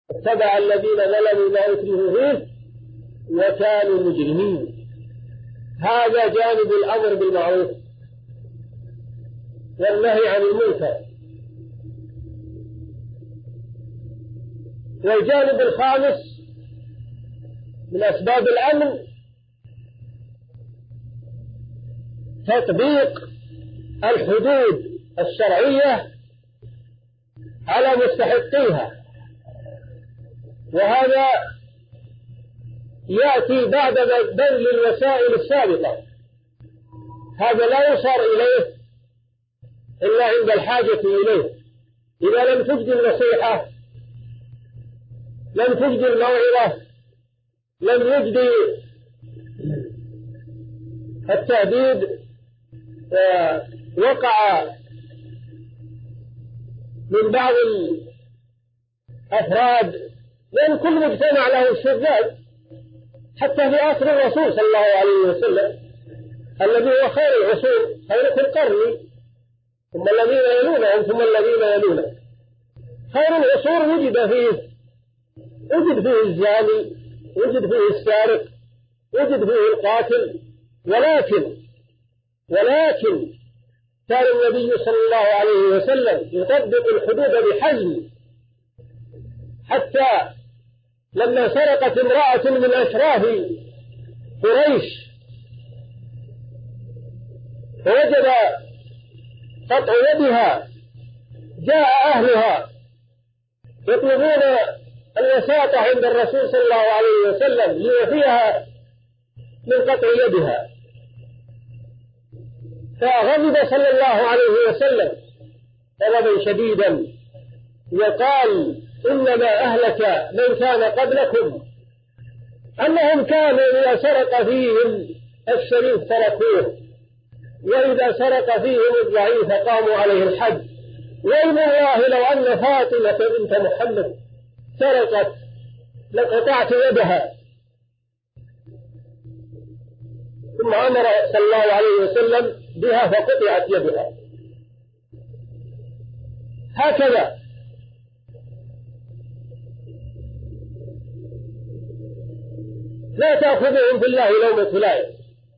اتبع الذين ظلموا ما أترفوا فيه وكانوا مجرمين. هذا جانب الأمر بالمعروف والنهي عن المنكر. والجانب الخامس من أسباب الأمن تطبيق الحدود الشرعية على مستحقيها، وهذا يأتي بعد بذل الوسائل السابقة. هذا لا يصار إليه إلا عند الحاجة إليه. إذا لم تجد النصيحة، لم تجد الموعظة، لم يجد التهديد، وقع من بعض الأفراد، لأن كل مجتمع له الشذاذ، حتى في عصر الرسول صلى الله عليه وسلم الذي هو خير العصور، خيركم قرني ثم الذين يلونهم ثم الذين يلونهم. خير العصور وجد فيه الزاني، وجد فيه السارق، وجد فيه القاتل، ولكن كان النبي صلى الله عليه وسلم يطبق الحدود بحزم، حتى لما سرقت امرأة من أشراف قريش فوجد قطع يدها، جاء أهلها يطلبون الوساطة عند الرسول صلى الله عليه وسلم ليوفيها من قطع يدها، فغضب صلى الله عليه وسلم غضبا شديدا وقال: إنما أهلك من كان قبلكم أنهم كانوا إذا سرق فيهم الشريف تركوه، وإذا سرق فيهم الضعيف قاموا عليه الحد، وإن الله لو أن فاطمة بنت محمد سرقت لقطعت يدها. ثم أمر صلى الله عليه وسلم بها فقطعت يدها. هكذا لا تأخذهم في الله لومة لائم.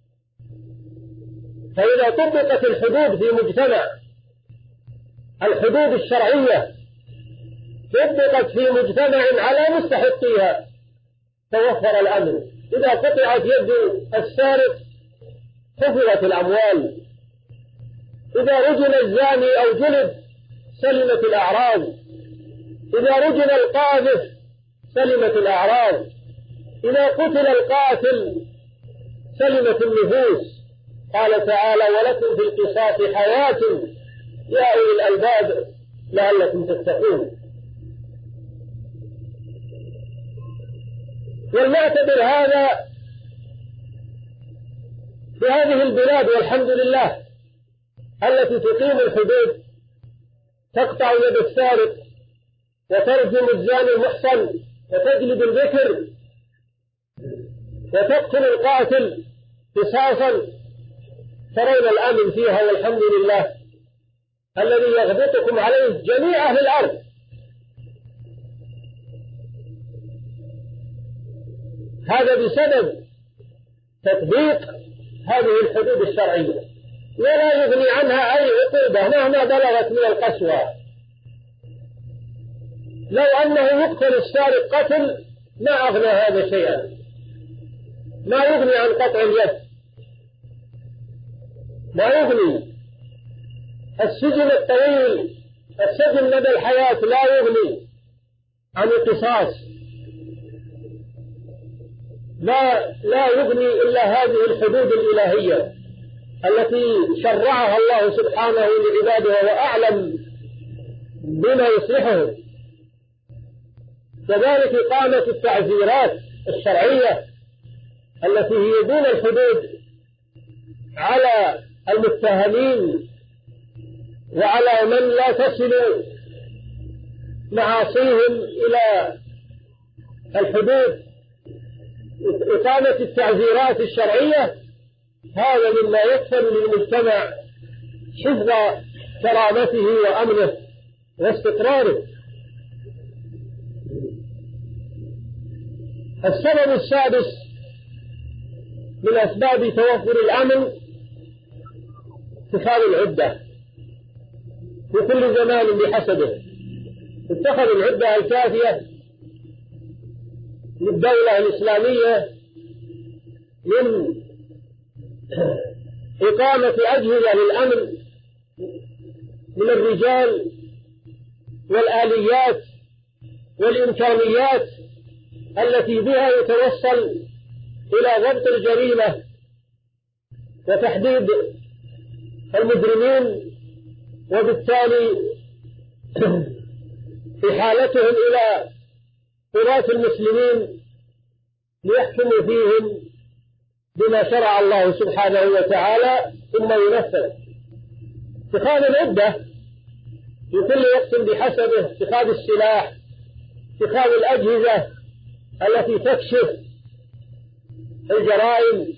فإذا طبقت الحدود في مجتمع، الحدود الشرعية طبقت في مجتمع على مستحقيها، توفر الأمن. إذا قطعت يد السارق حفظت الأموال، إذا رجل الزاني أو جلد سلمت الأعراض، إذا رجل القاذف سلمت الأعراض، إذا قتل القاتل سلمت النفوس. قال تعالى: ولكم في القصاص حياة يا أولي الألباب لعلكم تتقون. ولنعتبر هذا في هذه البلاد والحمد لله التي تقيم الحدود، تقطع يد السارق وترجم الزاني المحصن وتجلد الذكر وتقتل القاتل قصاصا، ترون الأمن فيها والحمد لله الذي يغبطكم عليه جميع أهل الأرض. هذا بسبب تطبيق هذه الحدود الشرعية، ولا يغني عنها أي عقوبة مهما بلغت من القسوة. لو أنه يقتل السارق قتل ما أغنى هذا شيئا، ما يغني عن قطع اليد، ما يغني. السجن الطويل، السجن مدى الحياة لا يغني عن القصاص، لا يغني إلا هذه الحدود الإلهية التي شرعها الله سبحانه لعباده وهو أعلم بما يصلحهم. كذلك إقامة التعزيرات الشرعية التي هي دون الحدود على المتهمين وعلى من لا تصل معاصيهم إلى الحدود. إقامة التعزيرات الشرعية هذا مما يكفل للمجتمع حفظ كرامته وأمنه واستقراره. السبب السادس من أسباب توفر الأمن اتخاذ العدة في كل زمان بحسبه. اتخذ العدة الكافية للدولة الإسلامية من إقامة أجهزة للأمن من الرجال والآليات والإمكانيات التي بها يتوصل إلى ضبط الجريمة وتحديد المجرمين، وبالتالي إحالتهم إلى قضاة المسلمين ليحكموا فيهم بما شرع الله سبحانه وتعالى ثم ينفذ. اتخاذ العدة في كل وقت بحسبه، اتخاذ السلاح، اتخاذ الأجهزة التي تكشف الجرائم،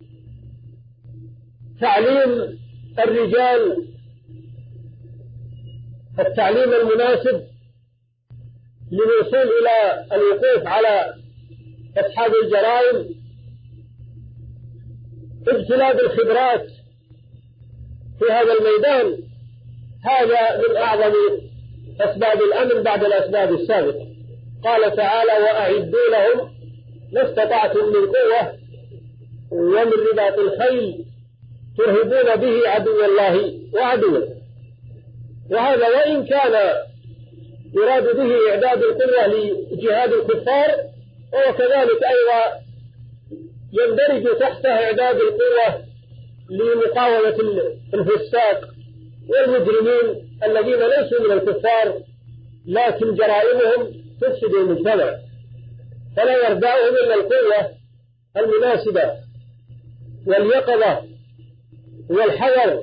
تعليم الرجال التعليم المناسب للوصول إلى الوقوف على أصحاب الجرائم، اجتلاب الخبرات في هذا الميدان. هذا من أعظم أسباب الأمن بعد الأسباب السابقة. قال تعالى: وأعدوا لهم ما استطعتم من قوة ومن رباط الخيل ترهبون به عدو الله وعدوه. وهذا وإن كان يراد به إعداد القوة لجهاد الكفار، وكذلك أيضا يندرج تحته إعداد القوة لمقاومة الفساق والمجرمين الذين ليسوا من الكفار لكن جرائمهم تفسد المجتمع، فلا يردعهم إلا القوة المناسبة واليقظة والحذر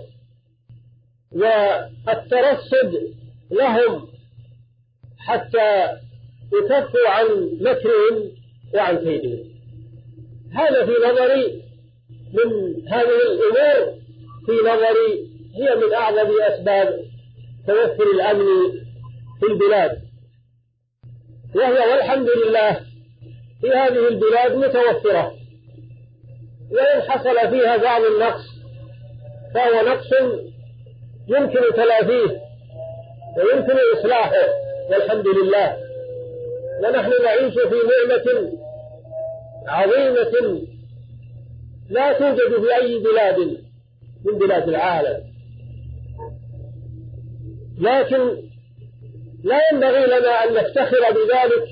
والترصد لهم حتى يكفوا عن مكرهم وعن كيدهم. هذا في نظري من هذه الأمور في نظري هي من أعظم أسباب توفر الأمن في البلاد، وهي والحمد لله في هذه البلاد متوفرة، وإن حصل فيها بعض النقص فهو نقص يمكن تلافيه ويمكن إصلاحه والحمد لله. ونحن نعيش في نعمة عظيمة لا توجد في أي بلاد من بلاد العالم، لكن لا ينبغي لنا أن نفتخر بذلك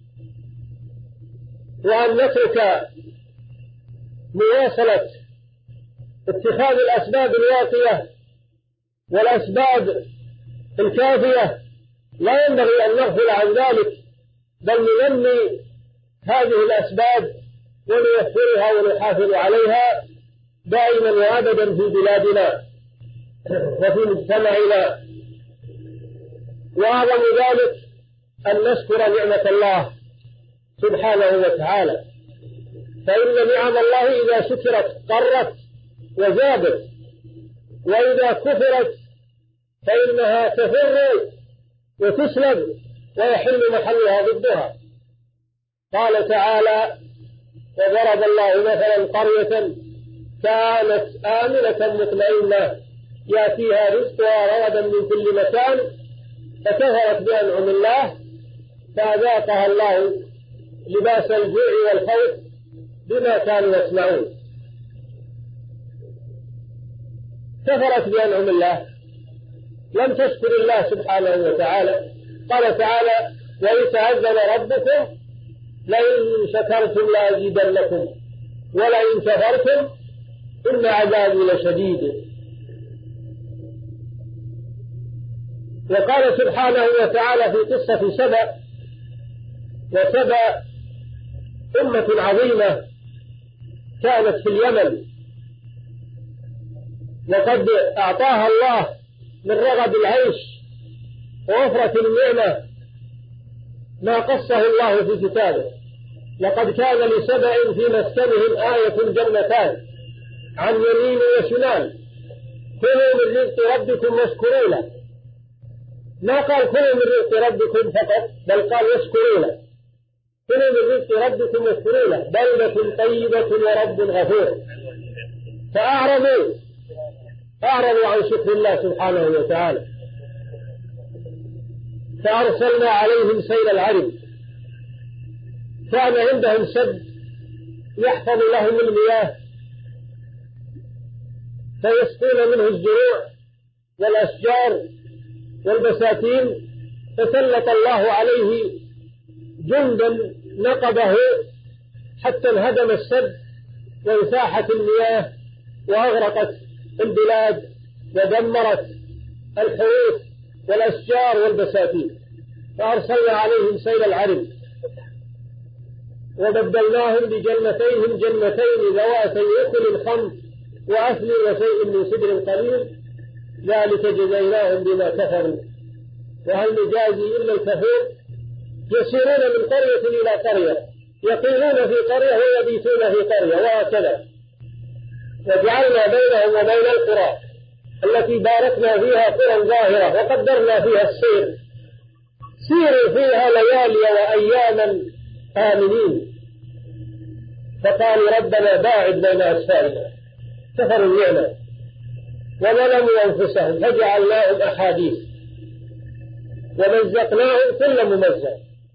وأن نترك مواصلة اتخاذ الأسباب الواقية والأسباب الكافية. لا ينبغي أن نغفل عن ذلك، بل ننمي هذه الأسباب ونوفرها ونحافظ عليها دائما وأبدا في بلادنا وفي مجتمعنا. وأعظم ذلك أن نشكر نعمة الله سبحانه وتعالى، فإن نعم الله إذا شكرت قرت وزادت، وإذا كفرت فإنها تفر وتسلب ويحل محلها ضدها. قال تعالى: وضرب الله مثلا قرية كانت آمنة مطمئنة يأتيها رزقها رغدا من كل مكان فكفرت بأنعم الله فأذاقها الله لباس الجوع والخوف بما كانوا يصنعون. كفرت بأنعم الله، لم تشكر الله سبحانه وتعالى. قال تعالى: وإذ تأذن ربكم لئن شكرتم لأزيدنكم ولئن كفرتم إن عذابي لشديد. وقال سبحانه وتعالى في قصة سبأ: وسبأ أمة عظيمة كانت في اليمن، وقد أعطاها الله من رغد العيش ووفرة النعمة ما قصه الله في كتابه. لقد كان لسبأ في مسكنهم آية جنتان عن يمين وشمال كلوا من رزق ربكم واشكروا له. ما قال كلوا من رزق ربكم فقط، بل قال واشكروا له، كلوا من رزق ربكم واشكروا له بلدة طيبة ورب غفور. فأعرضوا عن شكر الله سبحانه وتعالى، فأرسلنا عليهم سيل العرم. كان عندهم سد يحفظ لهم المياه فيسقون منه الزروع والأشجار والبساتين، فسلط الله عليه جندا نقبه حتى انهدم السد وانساحت المياه وأغرقت البلاد ودمرت الحوث والأشجار والبساتين. فأرسلنا عليهم سيل العرم وبدلناهم بجنتين ذواتي أكل خمط وعسل وشيء من سدر قليل ذلك جزيناهم بما كفروا وهل نجازي إلا الكفور. يسيرون من قرية إلى قرية، يقيمون في قرية ويبيتون في قرية، وهكذا. وجعلنا بينهم وبين القرى التي باركنا فيها قرى ظاهرة وقدرنا فيها السير، سيروا فيها ليالي وأياما آمنين. فقالوا ربنا باعد بين أسفارنا، كفروا النعمة وظلموا أنفسهم فجعلناهم أحاديث ومزقناهم كل ممزق.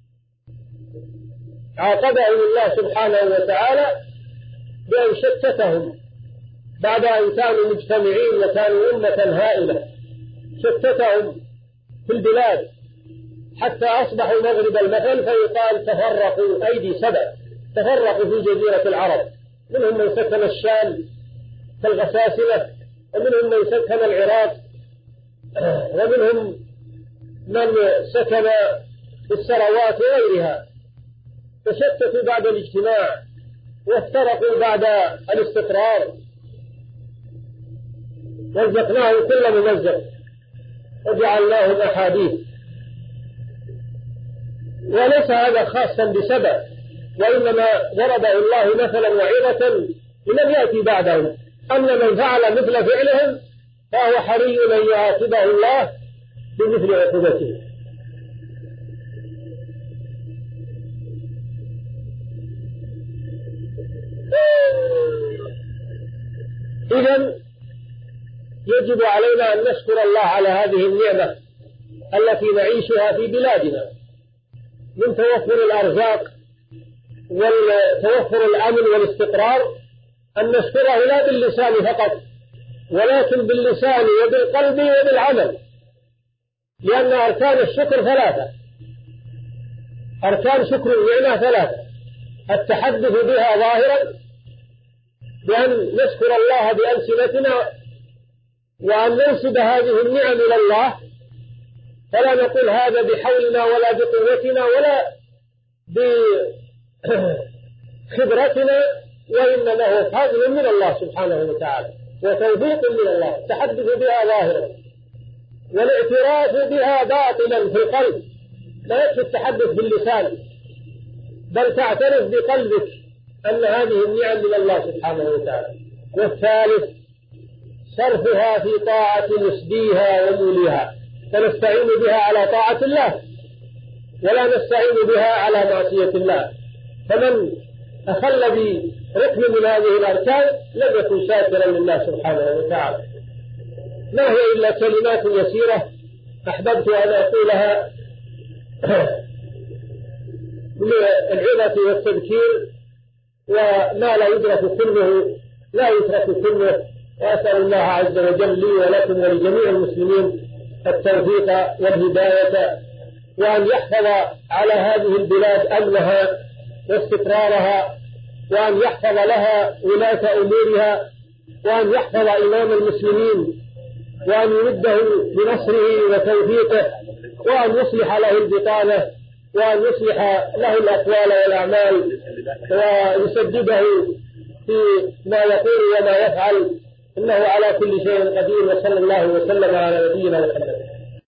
عاقبهم الله سبحانه وتعالى بأن شتتهم بعد أن كانوا مجتمعين وكانوا أمة هائلة، شتتهم في البلاد حتى أصبحوا مغرب المثل، فيقال تفرقوا أيدي سبع، تفرقوا في جزيرة العرب، منهم من سكن الشام كالغساسنة، ومنهم من سكن العراق، ومنهم من سكن السروات وغيرها، تشتتوا بعد الاجتماع وافترقوا بعد الاستقرار. مزقناهم كل ممزق وجعلناهم أحاديث. وليس هذا خاصا بسبب، وإنما ضربه الله مثلا وعظة لمن يأتي بعدهم، أن من فعل مثل فعلهم فهو حري أن يعاقبه الله بمثل عقوبته. إذن يجب علينا أن نشكر الله على هذه النعمة التي نعيشها في بلادنا من توفر الأرزاق وتوفر الأمن والاستقرار، أن نشكره لا باللسان فقط ولكن باللسان وبالقلب وبالعمل، لأن أركان الشكر ثلاثة، أركان شكر النعمة ثلاثة: التحدث بها ظاهرا بأن نشكر الله بألسنتنا وأن ننسب هذه النعم إلى الله، فلا نقول هذا بحولنا ولا بقوتنا ولا بخبرتنا، وإنما هو فضل من الله سبحانه وتعالى وتوفيق من الله. التحدث بها ظاهرا والاعتراف بها باطلا في القلب، لا يكفي التحدث باللسان، بل تعترف بقلبك أن هذه النعم من الله سبحانه وتعالى. والثالث صرفها في طاعة مسديها وموليها، فنستعين بها على طاعة الله ولا نستعين بها على معصية الله. فمن أخل بركن من هذه الأركان لم يكن شاكرا لله سبحانه وتعالى. ما هي إلا كلمات يسيرة أحببت أن أقولها للعظة والتذكير، وما لا يدرك كله لا يترك كله. وأسأل الله عز وجل لي ولكم ولجميع المسلمين التوفيق والهداية، وأن يحفظ على هذه البلاد أمنها واستقرارها، وأن يحفظ لها ولاة أمورها، وأن يحفظ إمام المسلمين، وأن يمده بنصره وتوفيقه، وأن يصلح له البطانة، وأن يصلح له الأقوال والأعمال، ويسدده في ما يقول وما يفعل، إنه على كل شيء قدير. وصلى الله وسلم على نبينا محمد.